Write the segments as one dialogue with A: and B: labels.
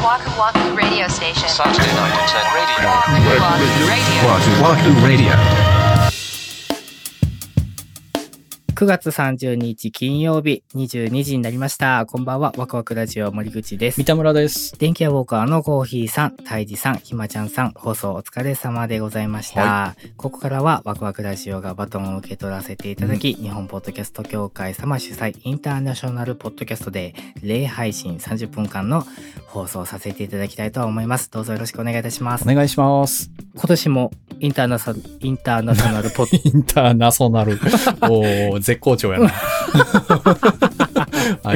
A: Waku Waku Radio Station.
B: Saturday night at 10 radio.
A: Waku Waku Radio.
C: Wahoo Wahoo Radio.
D: 9月30日金曜日22時になりました。こんばんは。ワクワクラジオ森口です。
E: 三田村です。
D: 電気屋ウォーカーのコーヒーさん、タイジさん、ひまちゃんさん、放送お疲れ様でございました。ここからはワクワクラジオがバトンを受け取らせていただき、日本ポッドキャスト協会様主催インターナショナルポッドキャストで例配信30分間の放送させていただきたいと思います。どうぞよろしくお願いいたします。
E: お願いします。
D: 今年もインターナショナルポッド
E: インターナショナル。おー、絶好調やな。はい、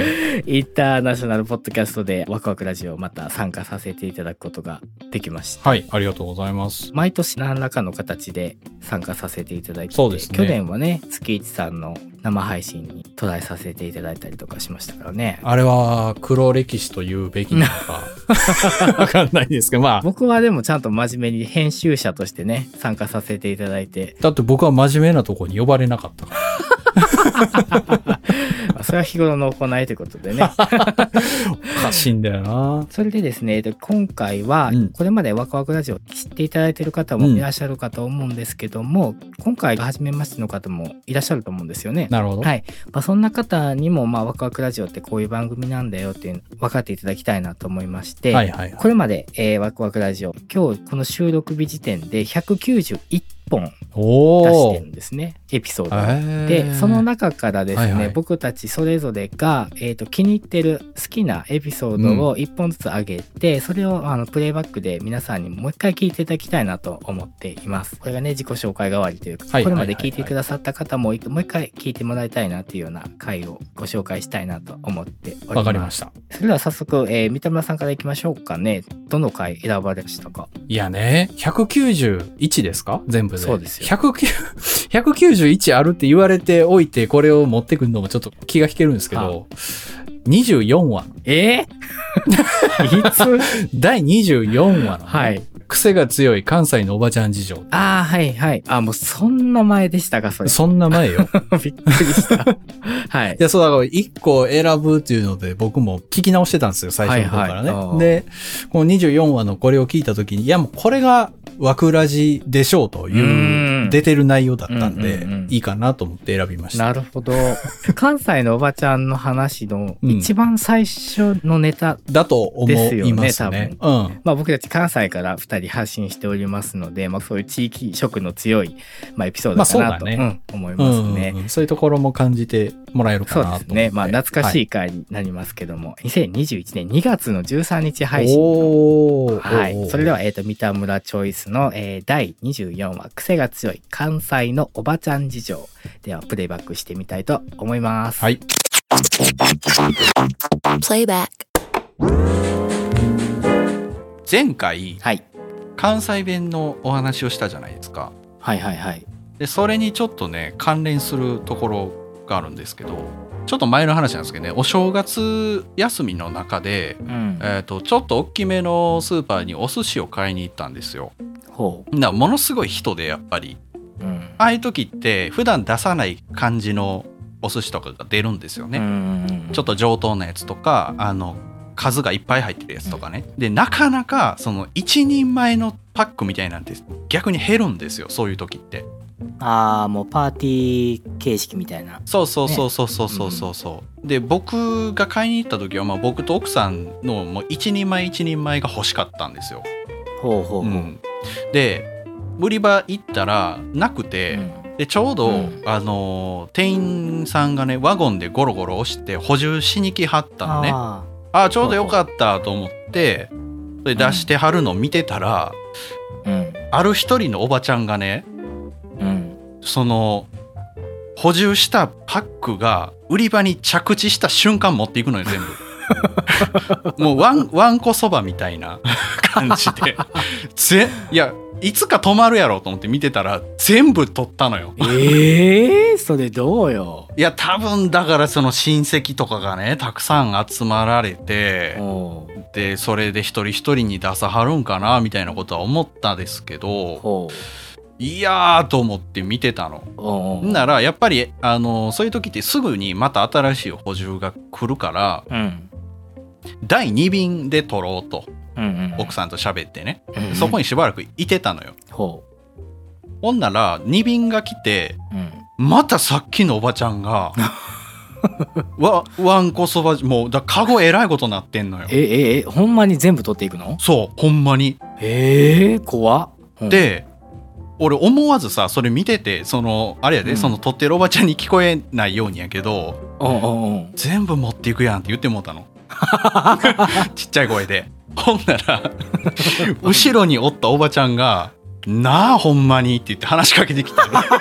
D: インターナショナルポッドキャストでワクワクラジオまた参加させていただくことができました。
E: はい、ありがとうございます。
D: 毎年何らかの形で参加させていただいて、
E: そうですね、
D: 去年はね月一さんの生配信にトライさせていただいたりとかしましたからね。
E: あれは黒歴史と言うべきなのかわかんないですけど、まあ
D: 僕はでもちゃんと真面目に編集者としてね参加させていただいて、
E: だって僕は真面目なところに呼ばれなかったから
D: それは日頃の行いということでね
E: おかしいんだよな。
D: それでですね、今回はこれまでワクワクラジオ知っていただいている方もいらっしゃるかと思うんですけども、今回初めましての方もいらっしゃると思うんですよね。
E: なるほど。
D: はい。そんな方にもワクワクラジオってこういう番組なんだよっていう分かっていただきたいなと思いまして、
E: はいはいはい、
D: これまで、ワクワクラジオ今日この収録日時点で191本出してるんですね、エピソードで。その中からですね、はいはい、僕たちそれぞれが、気に入ってる好きなエピソードを1本ずつ上げて、それをプレイバックで皆さんにもう一回聞いていただきたいなと思っています。これがね自己紹介代わりというか、これまで聞いてくださった方ももう一回聞いてもらいたいなというような回をご紹介したいなと思っております。
E: わかりました。
D: それでは早速、三田村さんからいきましょうかね。どの回選ばれましたか？
E: いやね、191ですか全部で。
D: そうですよ。
E: 191あるって言われておいて、これを持ってくるのもちょっと気が引けるんですけど、24話。
D: いつ
E: 第24話の、
D: はい。
E: 癖が強い関西のおばちゃん事情。
D: はいはい。もうそんな前でしたか、それ。
E: そんな前よ。
D: びっくりした。はい。
E: いや、そうだから1個選ぶっていうので僕も聞き直してたんですよ、最初の頃からね。はいはい、で、この24話のこれを聞いたときに、いやもうこれがワクラジでしょうという出てる内容だったんで、いいかなと思って選びました。
D: なるほど。関西のおばちゃんの話の一番最初のネタ
E: だと思いますね。
D: 多分。僕たち関西から2人発信しておりますので、そういう地域色の強い、エピソードかなと、思いますね、
E: そういうところも感じてもらえるかなと。
D: そうですね。懐かしい回になりますけども、2021年2月の13日配信。はい。それでは、三田村チョイスの、第24話、癖が強い関西のおばちゃん事情。では、プレイバックしてみたいと思います。
E: はい。
A: プレイバック。
E: 前回、
D: はい、
E: 関西弁のお話をしたじゃないですか。
D: はいはいはい。
E: で、それにちょっとね、関連するところがあるんですけど、ちょっと前の話なんですけどね、お正月休みの中で、ちょっと大きめのスーパーにお寿司を買いに行ったんですよ。ものすごい人でやっぱり、ああいう時って普段出さない感じのお寿司とかが出るんですよね。ちょっと上等なやつとか、数がいっぱい入ってるやつとかね。で、なかなかその一人前のパックみたいなんて逆に減るんですよ、そういう時って。
D: もうパーティー形式みたいな。
E: そう。で、僕が買いに行った時は、僕と奥さんのもう一人前が欲しかったんですよ。で、売り場行ったらなくて、でちょうど、店員さんがねワゴンでゴロゴロ押して補充しに来はったのね。ちょうどよかったと思ってで出してはるの見てたら、ある一人のおばちゃんがね、その補充したパックが売り場に着地した瞬間持っていくのよ全部。もうわんこそばみたいな感じでいやいつか止まるやろうと思って見てたら全部取ったのよ。
D: それどうよ。
E: いや多分だからその親戚とかがねたくさん集まられて、でそれで一人一人に出さはるんかなみたいなことは思ったですけど、いやーと思って見てたの。ならやっぱりそういう時ってすぐにまた新しい補充が来るから、第2便で取ろうと奥さんと喋ってね、そこにしばらくいてたのよ。
D: ほ
E: んなら2便が来て、またさっきのおばちゃんがわんこそばもうだカゴえらいことなってんのよ。
D: ほんまに全部取っていくの？
E: そうほんまに。
D: 怖っ。
E: で俺思わずさそれ見ててあれやで、その取ってるおばちゃんに聞こえないようにやけど、全部持っていくやんって言ってもうたのちっちゃい声で。ほんなら後ろにおったおばちゃんがなあほんまにって言って話しかけてきて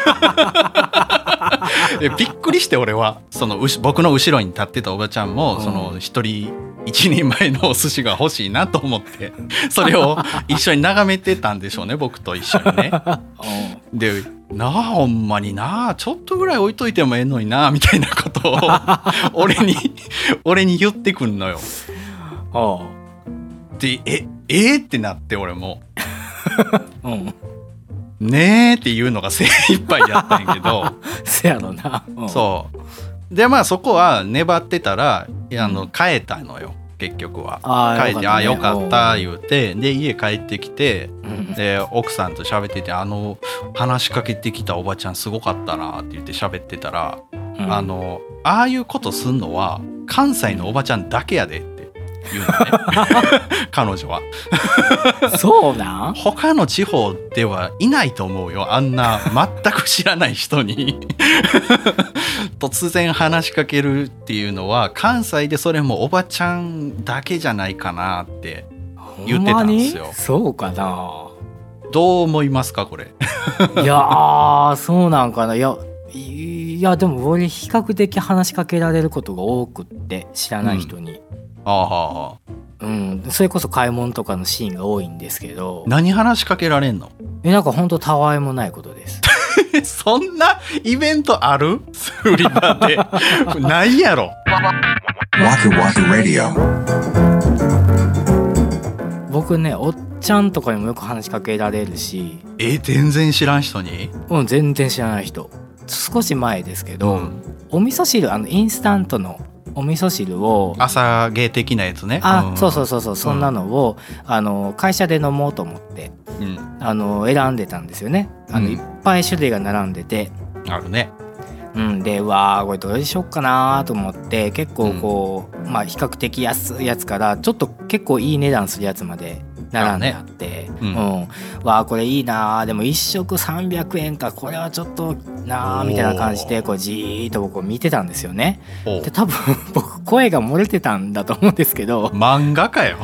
E: びっくりして俺は僕の後ろに立ってたおばちゃんも一人一人前のお寿司が欲しいなと思ってそれを一緒に眺めてたんでしょうね、僕と一緒にねでなあほんまになあちょっとぐらい置いといてもええのになみたいなことを俺に言ってくんのよ。でってなって俺もねえっていうのが精一杯やったんやけど
D: せやろな。
E: そうでまあそこは粘ってたら帰ったのよ結局は。帰ってよかった言うて、で家帰ってきて、で奥さんと喋ってて話しかけてきたおばちゃんすごかったなって言って喋ってたら、ああいうことすんのは関西のおばちゃんだけやでって言うのね彼女は
D: そうなん
E: 他の地方ではいないと思うよ、あんな全く知らない人に突然話しかけるっていうのは関西でそれもおばちゃんだけじゃないかなって言ってたんですよ。
D: そうかな。
E: どう思いますかこれ
D: いやそうなんかな。いやでも俺比較的話しかけられることが多くって知らない人に、それこそ買い物とかのシーンが多いんですけど。
E: 何話しかけられんの？
D: なんかほんとたわいもないことです
E: そんなイベントある？売り場でないやろ。僕
D: ねおっちゃんとかにもよく話しかけられるし。
E: 全然知らん人に？
D: 全然知らない人。少し前ですけど、お味噌汁インスタントのお味噌汁を
E: 朝芸的なやつね。
D: そうそんなのを会社で飲もうと思って、選んでたんですよね。いっぱい種類が並んでて。
E: あるね。
D: でこれどれにしよっかなと思って結構比較的安いやつからちょっと結構いい値段するやつまで並んであって、これいいなでも1食300円かこれはちょっとなみたいな感じでじーっと僕見てたんですよね。で多分僕声が漏れてたんだと思うんですけど。
E: 漫画かよ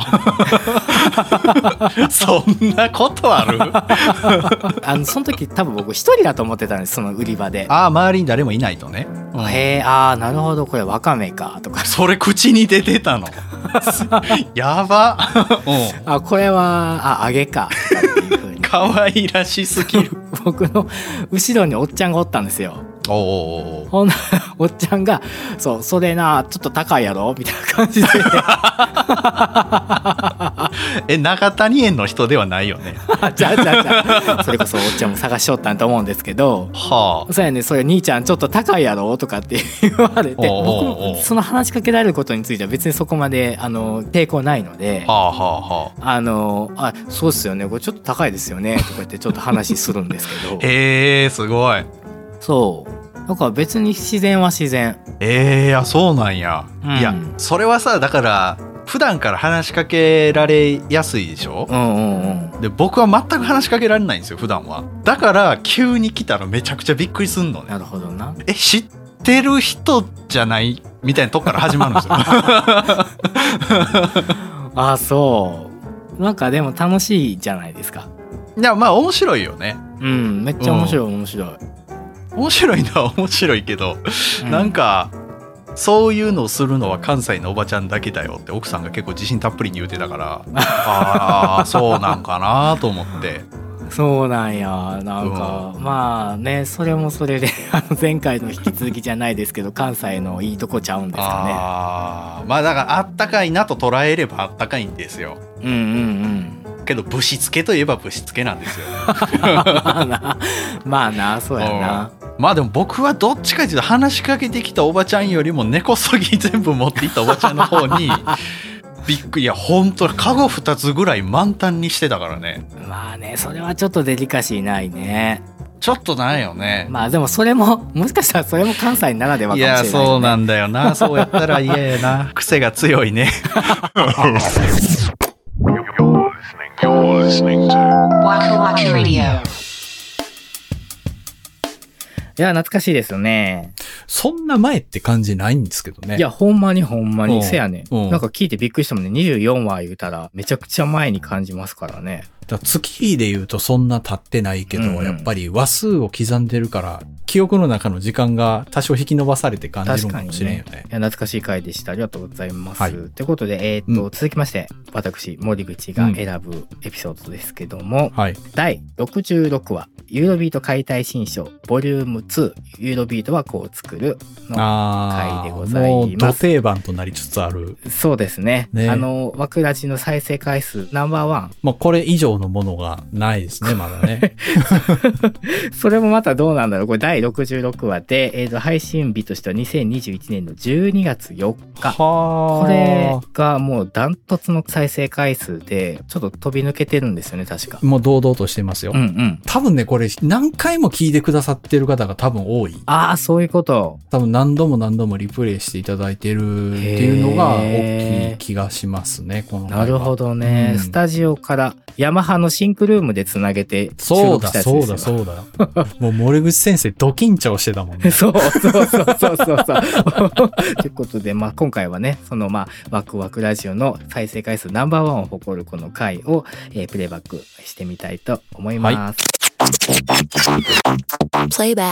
E: そんなことある
D: その時多分僕一人だと思ってたんです、その売り場で。
E: 周りに誰もいないとね。
D: なるほどこれわかめかとか。
E: それ口に出てたのやば
D: これは揚げかっていう風に
E: 可愛らしすぎる
D: 僕の後ろにおっちゃんがおったんですよ。ほんならおっちゃんがそれなちょっと高いやろみたいな感じで
E: 長谷園の人ではないよね
D: じゃあそれこそおっちゃんも探しとったんと思うんですけど、そうやね、それ兄ちゃんちょっと高いやろとかって言われて、僕その話しかけられることについては別にそこまで抵抗ないので、そうっすよねこれちょっと高いですよねとか言ってちょっと話するんですけど
E: すごい。
D: そうだから別に自然は自然。
E: そうなんや、いやそれはさだから普段から話しかけられやすいでしょ。で僕は全く話しかけられないんですよ普段は。だから急に来たらめちゃくちゃびっくりすんのね。
D: なるほどな。
E: 知ってる人じゃないみたいなとこから始まるんですよ
D: そうなんかでも楽しいじゃないですか。
E: いや面白いよね。
D: めっちゃ面白い面白い
E: のは面白いけど、なんかそういうのをするのは関西のおばちゃんだけだよって奥さんが結構自信たっぷりに言ってたからそうなんかなと思って。
D: そうなんや。なんか、それもそれで前回の引き続きじゃないですけど関西のいいとこちゃうんですかね。だからあったかいなと捉えればあったかいんですよ。けどぶしつけといえばぶしつけなんですよそうやな。
E: でも僕はどっちかというと話しかけてきたおばちゃんよりも根こそぎ全部持っていったおばちゃんの方にびっくり。いや本当カゴ2つぐらい満タンにしてたからね。
D: まあね、それはちょっとデリカシーないね。
E: ちょっとないよね。
D: まあでもそれももしかしたらそれも関西ならではかもしれない、ね、
E: いやそうなんだよな。そうやったら嫌やな。癖が強いね。
A: You're listening to Waku Waku Radio。
D: いや懐かしいですよね。
C: そんな前って感じないんですけどね。
D: いやほんまにせやねん。なんか聞いてびっくりしたもんね。24話言うたらめちゃくちゃ前に感じますからね。
C: だ月で言うとそんな経ってないけど、やっぱり話数を刻んでるから記憶の中の時間が多少引き伸ばされて感じるかもしれんよね。
D: いや懐かしい回でした。ありがとうございます。はい、ということで、続きまして私森口が選ぶエピソードですけども、第66話ユーロビート解体新書ボリューム2ユーロビートはこう作るの回でございます。
C: もうド定番となりつつある。
D: そうですね。ワクラジの再生回数ナンバーワン。
C: まあこれ以上のものがないですねまだね。
D: それもまたどうなんだろう。これ第66話で、配信日としては2021年の12月4日。これがもうダントツの再生回数でちょっと飛び抜けてるんですよね確か。
C: もう堂々としてますよ。多分ねこれ何回も聞いてくださってる方が多分多い。
D: ああそういうこと。
C: 多分何度もリプレイしていただいてるっていうのが大きい気がしますねこの回は。
D: なるほどね、スタジオからヤマハのシンクルームでつなげて収録したやつですよ。
C: そうだもう森口先生ド緊張してたもんね。
D: そうということで、今回はねそのワクワクラジオの再生回数ナンバーワンを誇るこの回を、プレイバックしてみたいと思います。
A: Playback。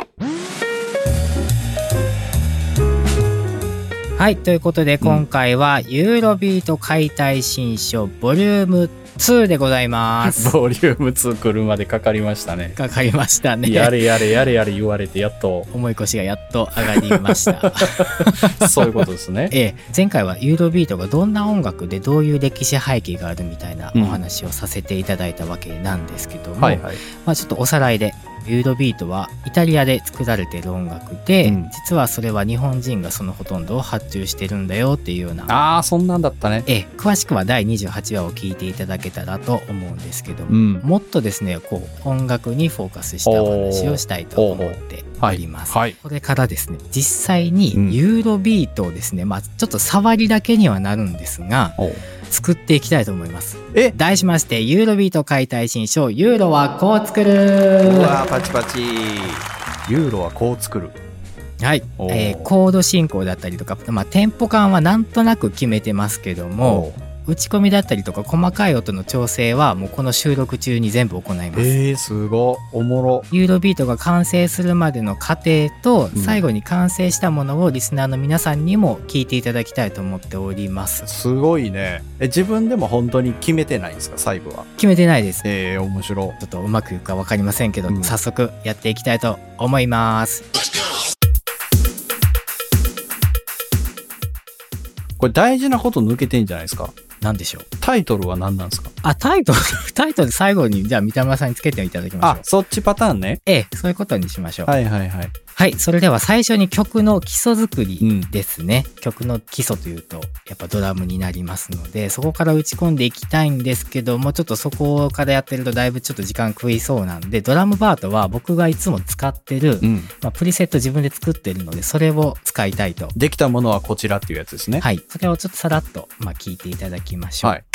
D: はい、ということで今回はユーロビート解体新書ボリューム2でございます。
C: ボリューム2来るまでかかりましたね。
D: かかりましたね。
C: やれ言われてやっと
D: 重い腰がやっと上がりました。
C: そういうことですね。
D: 前回はユーロビートがどんな音楽でどういう歴史背景があるみたいなお話をさせていただいたわけなんですけども、ちょっとおさらいで。ユーロビートはイタリアで作られている音楽で、実はそれは日本人がそのほとんどを発注してるんだよっていうような。
C: そんなんだったね。
D: 詳しくは第28話を聞いていただけたらと思うんですけども、もっとですねこう音楽にフォーカスしたお話をしたいと思っております。これからですね実際にユーロビートをですね、ちょっと触りだけにはなるんですが作っていきたいと思います。題しましてユーロビート解体新書ユーロはこう作る。
E: うわパチパチ。
C: ユーロはこう作る。
D: はい、コード進行だったりとか、テンポ感はなんとなく決めてますけども打ち込みだったりとか細かい音の調整はもうこの収録中に全部行います。
C: すごいおもろ。
D: ユーロビートが完成するまでの過程と最後に完成したものをリスナーの皆さんにも聞いていただきたいと思っております。
C: すごいね。自分でも本当に決めてないんですか細部は。
D: 決めてないです。
C: 面白い。
D: ちょっとうまくいくか分かりませんけど、早速やっていきたいと思います。
C: これ大事なこと抜けてんじゃないですか。
D: 何でしょう。
C: タイトルは何なんですか。
D: タイトル最後にじゃあ三田村さんにつけていただきましょう。
C: そっちパターンね。
D: そういうことにしましょう。
C: はい、
D: それでは最初に曲の基礎作りですね、曲の基礎というとやっぱドラムになりますのでそこから打ち込んでいきたいんですけどもちょっとそこからやってるとだいぶちょっと時間食いそうなんでドラムパートは僕がいつも使ってる、プリセット自分で作ってるのでそれを使いたいと。
C: できたものはこちらっていうやつですね。
D: はい、それをちょっとさらっと聞いていただきましょう。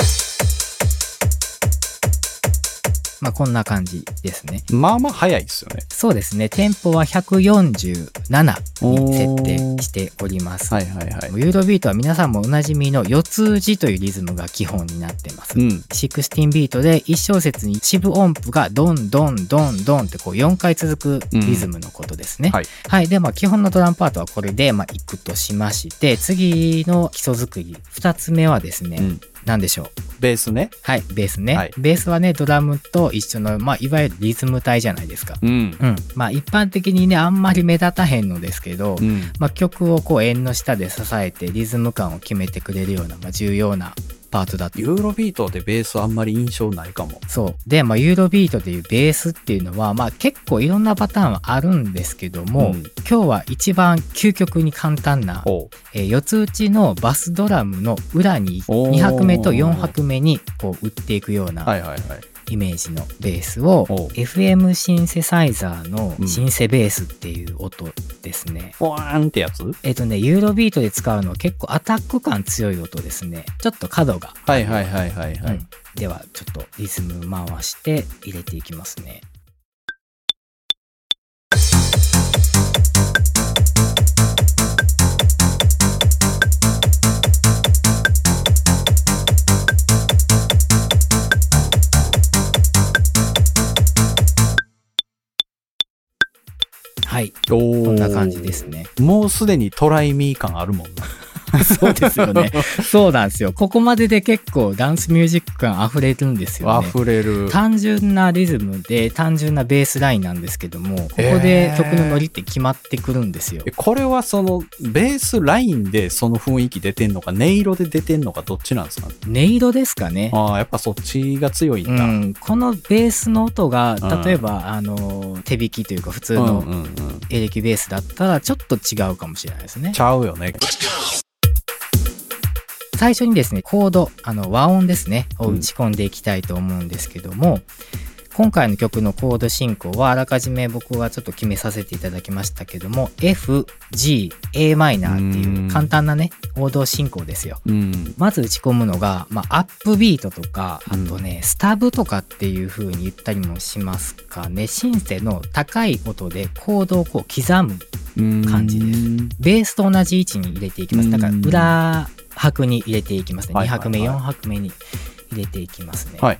D: こんな感じですね。
C: 早いですよね。
D: そうですね。テンポは147に設定しております。ユーロビートは皆さんもおなじみの4つ打ちというリズムが基本になってます。16ビートで1小節に四分音符がドンドンドンドンってこう4回続くリズムのことですね。で基本のドラムパートはこれでいくとしまして次の基礎作り2つ目はですね、何でしょう。
C: ベースね。
D: ベースね。ベースはねドラムと一緒のいわゆるリズム体じゃないですか。一般的にねあんまり目立たへんのですけど、曲をこう円の下で支えてリズム感を決めてくれるような重要なパートだと。
C: ユーロビートでベースあんまり印象ないかも。
D: そうで、ユーロビートでいうベースっていうのは、結構いろんなパターンはあるんですけども、今日は一番究極に簡単な、4つ打ちのバスドラムの裏に2拍目と4拍目にこう打っていくようなイメージのベースを FM シンセサイザーのシンセベースっていう音ですね。
C: ポワーンってやつ？
D: ユーロビートで使うのは結構アタック感強い音ですね。ちょっと角が。
C: はい。
D: ではちょっとリズム回して入れていきますね。はい、こんな感じですね。
C: もうすでにトライミー感あるもんな。
D: そうですよね。そうなんですよ。ここまでで結構ダンスミュージック感溢れるんですよね。
C: 溢れる。
D: 単純なリズムで単純なベースラインなんですけども、ここで曲のノリって決まってくるんですよ。
C: これはそのベースラインでその雰囲気出てんのか、音色で出てんのか、どっちなんですか？
D: 音色ですかね。
C: やっぱそっちが強いんだ。
D: このベースの音が例えば、手弾きというか普通のエレキベースだったらちょっと違うかもしれないですね。
C: ちゃうよね。
D: 最初にですね、コード、和音ですね、を打ち込んでいきたいと思うんですけども、今回の曲のコード進行はあらかじめ僕はちょっと決めさせていただきましたけども、F、G、A マイナーっていう簡単なね、王道進行ですよ。まず打ち込むのが、アップビートとか、あとね、スタブとかっていう風に言ったりもしますかね、シンセの高い音でコードをこう刻む感じです。ベースと同じ位置に入れていきます。だから裏拍に入れていきますね。2拍目、4拍目に入れていきますね。
C: はい。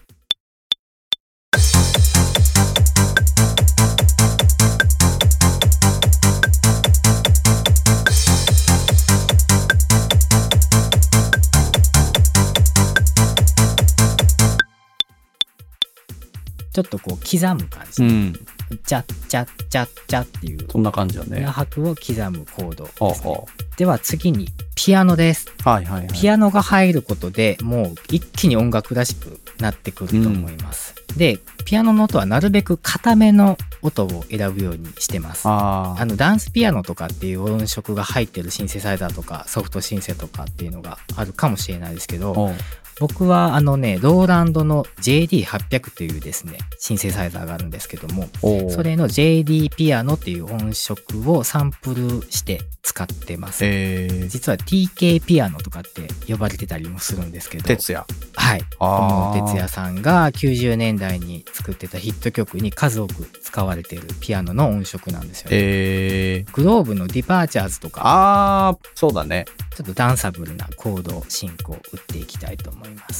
D: ちょっとこう刻む感じ。チャッチャッチャッチャっていう。
C: そんな感じだね。
D: 裏拍を刻むコードですね。では次にピアノです。ピアノが入ることでもう一気に音楽らしくなってくると思います。で、ピアノの音はなるべく固めの音を選ぶようにしてます。ダンスピアノとかっていう音色が入ってるシンセサイザーとかソフトシンセとかっていうのがあるかもしれないですけど、僕はローランドの JD800 というですねシンセサイザーがあるんですけども、それの JD ピアノっていう音色をサンプルして使ってます。実は TK ピアノとかって呼ばれてたりもするんですけど、
C: 哲也、
D: はい、この哲也さんが90年代に作ってたヒット曲に数多く使われているピアノの音色なんですよね。グローブのディパーチャーズとか、
C: そうだね。
D: ちょっとダンサブルなコード進行を打っていきたいと思います。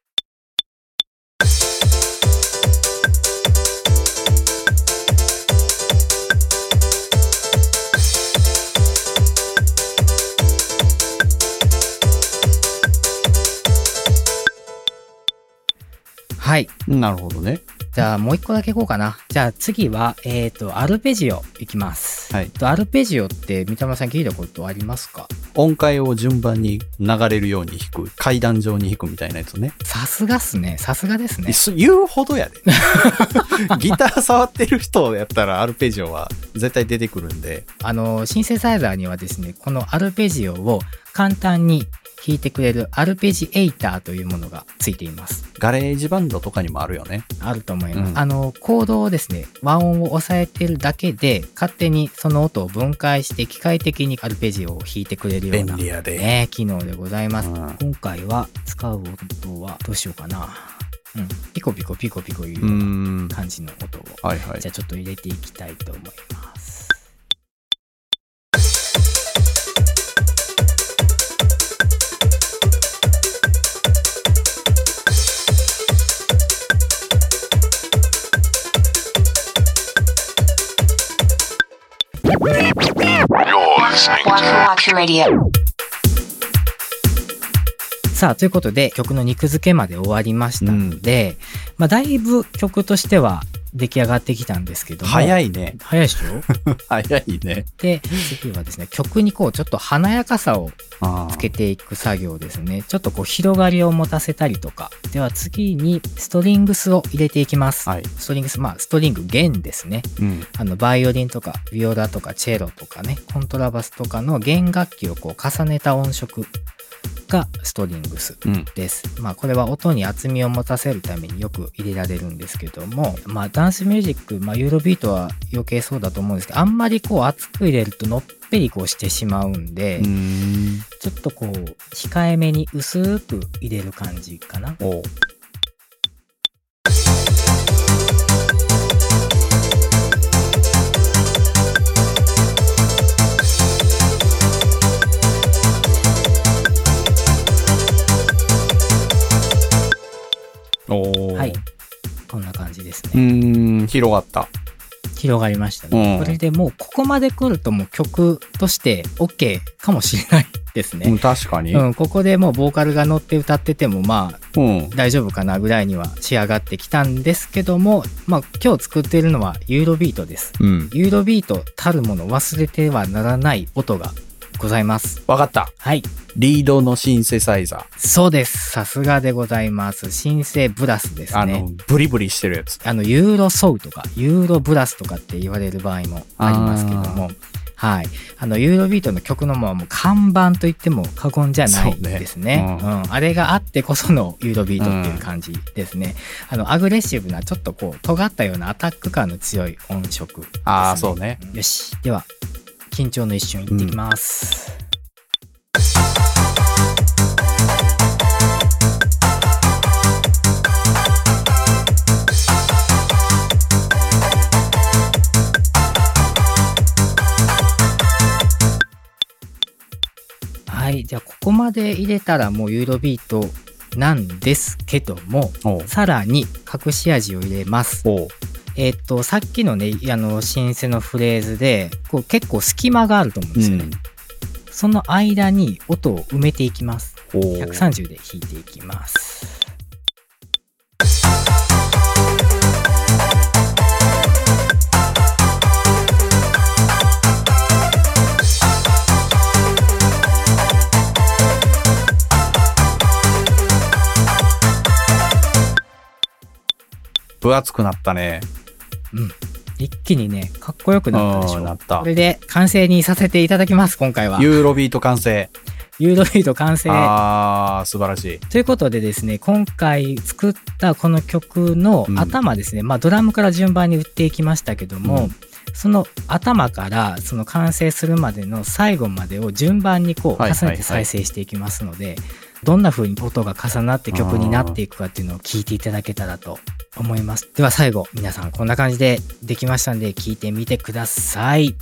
D: はい。
C: なるほどね。
D: じゃあもう一個だけいこうかな。じゃあ次は、アルペジオいきます。アルペジオって三田村さん聞いたことありますか？
C: 音階を順番に流れるように弾く、階段状に弾くみたいなやつね。
D: さすがっすね。さすがですね。
C: 言うほどやで。ギター触ってる人やったらアルペジオは絶対出てくるんで。
D: シンセサイザーにはですね、このアルペジオを簡単に弾いてくれるアルペジエイターというものがついています。
C: ガレージバンドとかにもあるよね。
D: あると思います。コードをですね、和音を押さえてるだけで勝手にその音を分解して機械的にアルペジオを弾いてくれるような、
C: 便利やで、
D: 機能でございます。今回は使う音はどうしようかな。ピコピコピコピコいうような感じの音を、じゃあちょっと入れていきたいと思います。さあということで曲の肉付けまで終わりましたので、だいぶ曲としては出来上がってきたんですけども。
E: 早いね。
D: 早いでしょ
E: 早いね。
D: で、次はですね、曲にこうちょっと華やかさをつけていく作業ですね。ちょっとこう広がりを持たせたりとか。では次にストリングスを入れていきます。はい、ストリングス、ストリング弦ですね。バイオリンとかビオラとかチェロとかね、コントラバスとかの弦楽器をこう重ねた音色がストリングスです。これは音に厚みを持たせるためによく入れられるんですけども、ダンスミュージック、ユーロビートは余計そうだと思うんですけど、あんまりこう厚く入れるとのっぺりこうしてしまうんで、ちょっとこう控えめに薄く入れる感じかな。はい、こんな感じですね。
E: 広がった。
D: 広がりましたね。これでもうここまで来るともう曲として OK かもしれないですね。
E: 確かに。
D: ここでもうボーカルが乗って歌ってても大丈夫かなぐらいには仕上がってきたんですけども、今日作っているのはユーロビートです。ユーロビートたるもの忘れてはならない音がございます。
E: わかった。
D: はい。
E: リードのシンセサイザー。
D: そうです。さすがでございます。シンセブラスですね。
E: ブリブリしてるやつ。
D: ユーロソウとか、ユーロブラスとかって言われる場合もありますけども、はい。ユーロビートの曲のもう看板と言っても過言じゃないですね。あれがあってこそのユーロビートっていう感じですね。アグレッシブな、ちょっとこう、尖ったようなアタック感の強い音色ですね。
E: そうね。
D: よし。では、緊張の一瞬いってきます。はい、じゃあここまで入れたらもうユーロビートなんですけども、さらに隠し味を入れます。さっきのね、シンセのフレーズでこう結構隙間があると思うんですよね。その間に音を埋めていきます。130で弾いていきます。
E: 分厚くなったね。
D: 一気にね、かっこよくなったでしょ。なった。これで完成にさせていただきます、今回は。
E: ユーロビート完成。
D: ユーロビート完成。
E: 素晴らしい。
D: ということでですね、今回作ったこの曲の頭ですね、ドラムから順番に打っていきましたけども、その頭からその完成するまでの最後までを順番にこう重ねて再生していきますので、どんな風に音が重なって曲になっていくかっていうのを聞いていただけたらと思います。では最後、皆さんこんな感じでできましたんで聞いてみてください。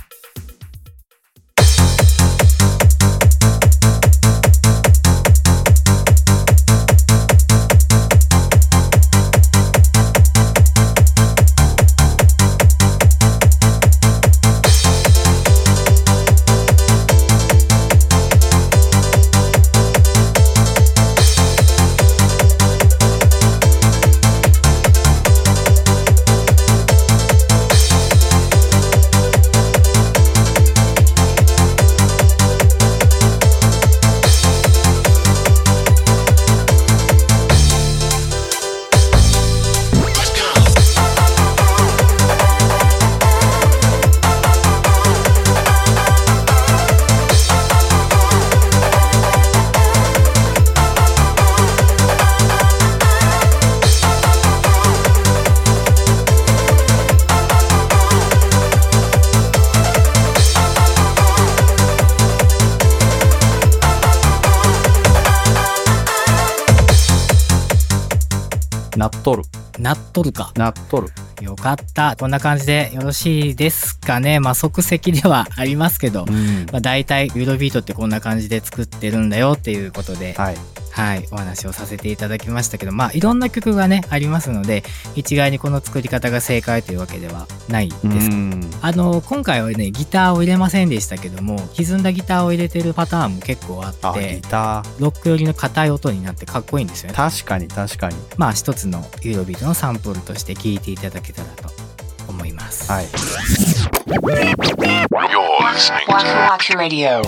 E: なっとる。
D: なっとるか。
E: なっとる。
D: よかった。こんな感じでよろしいですかね。即席ではありますけど、大体ユーロビートってこんな感じで作ってるんだよっていうことで、 はい、お話をさせていただきましたけど、いろんな曲がねありますので、一概にこの作り方が正解というわけではないです。今回はねギターを入れませんでしたけども、歪んだギターを入れてるパターンも結構あって、
E: ギター
D: ロック寄りの硬い音になってかっこいいんですよね。
E: 確かに
D: 一つのユーロビートのサンプルとして聴いていただけたらと思います。
E: はい。
A: You're listening to
B: Radio。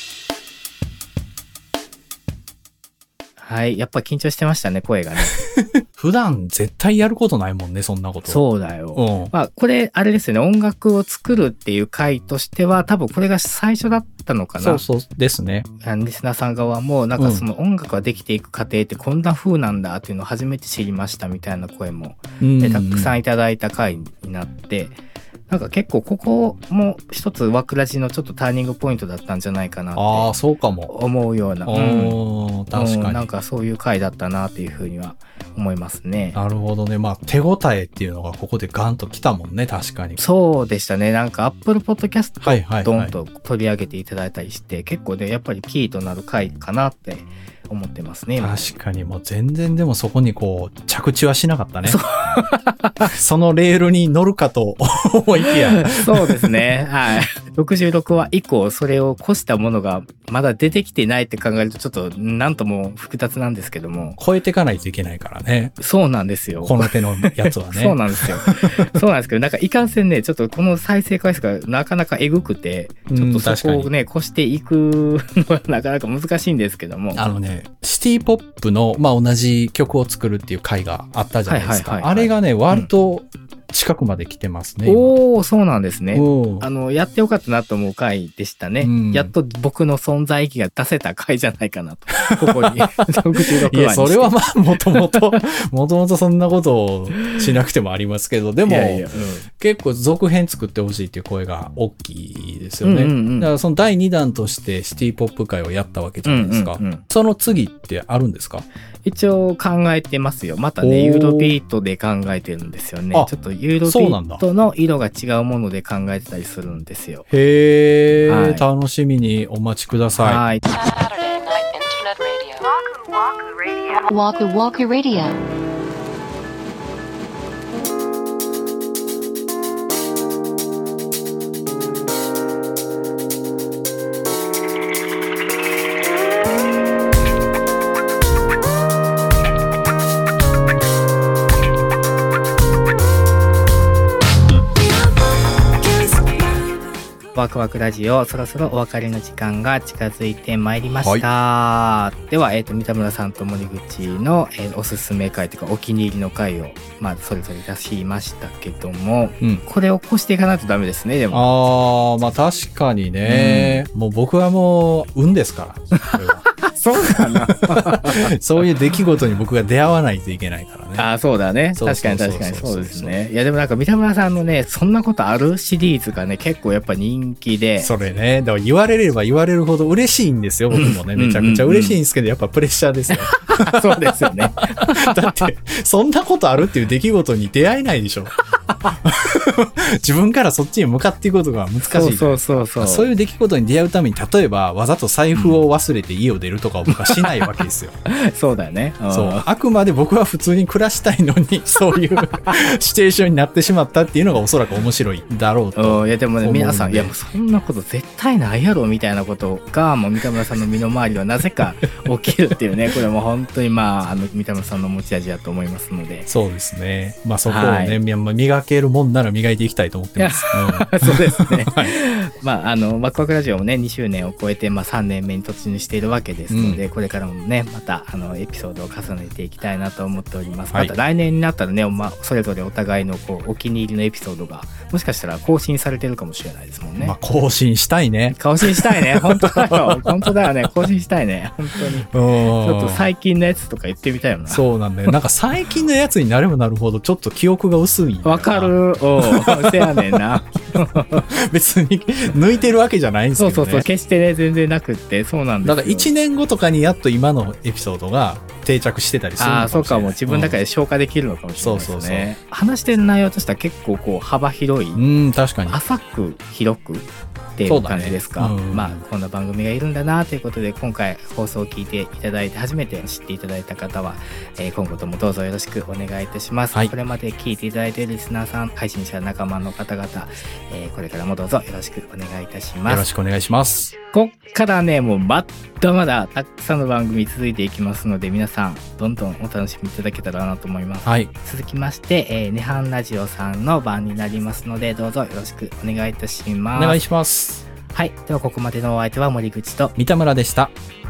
D: はい、やっぱ緊張してましたね、声がね。
C: 普段絶対やることないもんね、そんなこと。
D: そうだよ。これあれですよね、音楽を作るっていう回としては多分これが最初だったのかな。
C: そうですね。
D: リスナーさん側もなんかその音楽ができていく過程ってこんな風なんだっていうのを初めて知りましたみたいな声も、たくさんいただいた回になって、なんか結構ここも一つワクラジのちょっとターニングポイントだったんじゃないかなって
C: そうかも
D: 思うような、
C: 確かに
D: なんかそういう回だったなっていうふうには思いますね。
C: なるほどね。手応えっていうのがここでガンときたもんね。確かに
D: そうでしたね。なんか Apple Podcast ドンと取り上げていただいたりして、結構ねやっぱりキーとなる回かなって思ってますね。
C: 確かにもう全然でもそこにこう着地はしなかったね。そのレールに乗るかと思いきや。
D: そうですね。はい。66話以降それを越したものがまだ出てきてないって考えるとちょっとなんとも複雑なんですけども。
C: 超えていかないといけないからね。
D: そうなんですよ。
C: この手のやつはね。
D: そうなんですよ。そうなんですけど、なんかいかんせんね、ちょっとこの再生回数がなかなかえぐくて、ちょっとそこをね、越していくのはなかなか難しいんですけども。
C: シティポップの、同じ曲を作るっていう回があったじゃないですか。あれがね、割と近くまで来てますね。
D: そうなんですね。やってよかったなと思う回でしたね。やっと僕の存在意義が出せた回じゃないかなと。ここに。66話に。
C: いや、それはもともとそんなことをしなくてもありますけど、でも、結構続編作ってほしいっていう声が大きいですよね。だからその第2弾としてシティポップ回をやったわけじゃないですか。その次ってあるんですか？
D: 一応考えてますよ。またね、ユーロビートで考えてるんですよね。ちょっとユーロビートの色が違うもので考えてたりするんですよ。
C: へー、楽しみにお待ちください。はい。
B: Waku Waku Radio。
D: ワクワクラジオ、そろそろお別れの時間が近づいてまいりました。では、三田村さんと森口の、おすすめ回というかお気に入りの回を、それぞれ出しましたけども、これを越していかないとダメですね。でも
C: 確かにね、もう僕はもう運ですからこれは。
D: そうかな。
C: そういう出来事に僕が出会わないといけないからね。
D: そうだね。確かにそうですね。いやでもなんか三田村さんのね、そんなことあるシリーズがね、結構やっぱ人気で。
C: それね、だから言われれば言われるほど嬉しいんですよ、僕もね。めちゃくちゃ嬉しいんですけど、やっぱプレッシャーですよ。
D: そうですよね。
C: だって、そんなことあるっていう出来事に出会えないでしょ。自分からそっちに向かっていくことが難しい。そういう出来事に出会うために、例えばわざと財布を忘れて家を出るとかを僕はしないわけですよ。
D: そうだよね。
C: そう。あくまで僕は普通に暮らしたいのに、そういうシチュエーションになってしまったっていうのがおそらく面白いだろうと。
D: いやでもね、皆さん、いやもうそんなこと絶対ないやろみたいなことが、もう三田村さんの身の回りはなぜか起きるっていうね、これも本当に三田村さんの持ち味だと思いますので。
C: そうですね。そこをね、磨けるもんなら磨いていきたいと思ってます。
D: そうですね。ワクワクラジオもね、2周年を超えて、3年目に突入しているわけですので、これからもね、またエピソードを重ねていきたいなと思っております。また来年になったらね、それぞれお互いのお気に入りのエピソードがもしかしたら更新されてるかもしれないですもんね。
C: 更新したいね。
D: 更新したいね。本当だよ。本当だよね。更新したいね。本当に。ちょっと最近のやつとか言ってみたいよな。
C: そうなんだよ。なんか最近のやつになればなるほどちょっと記憶が薄い。
D: わかる。せやねんな。
C: 別に抜いてるわけじゃないんですけどね。
D: そう決してね全然なくって、そうなんですよ。
C: だから1年後とかにやっと今のエピソードが定着してたりするのかもしれない。
D: そうかも。自分の中で消化できるのかもしれないですね。話してる内容としては結構幅広い。
C: 確かに。
D: 浅く広くっていう感じですか。まあこんな番組がいるんだなということで、今回放送を聞いていただいて初めて知っていただいた方は、今後ともどうぞよろしくお願いいたします。これまで聞いていただいているリスナーさん、配信者仲間の方々、これからもどうぞよろしくお願いいたします。
C: よろしくお願いします。
D: こっからね、もうまだまだたくさんの番組続いていきますので、皆さんどんどんお楽しみいただけたらなと思います。続きまして、ネハンラジオさんの番になりますので、どうぞよろしくお願いいたします。
C: お願いします。
D: はい。ではここまでのお相手は森口と
C: 三田村でした。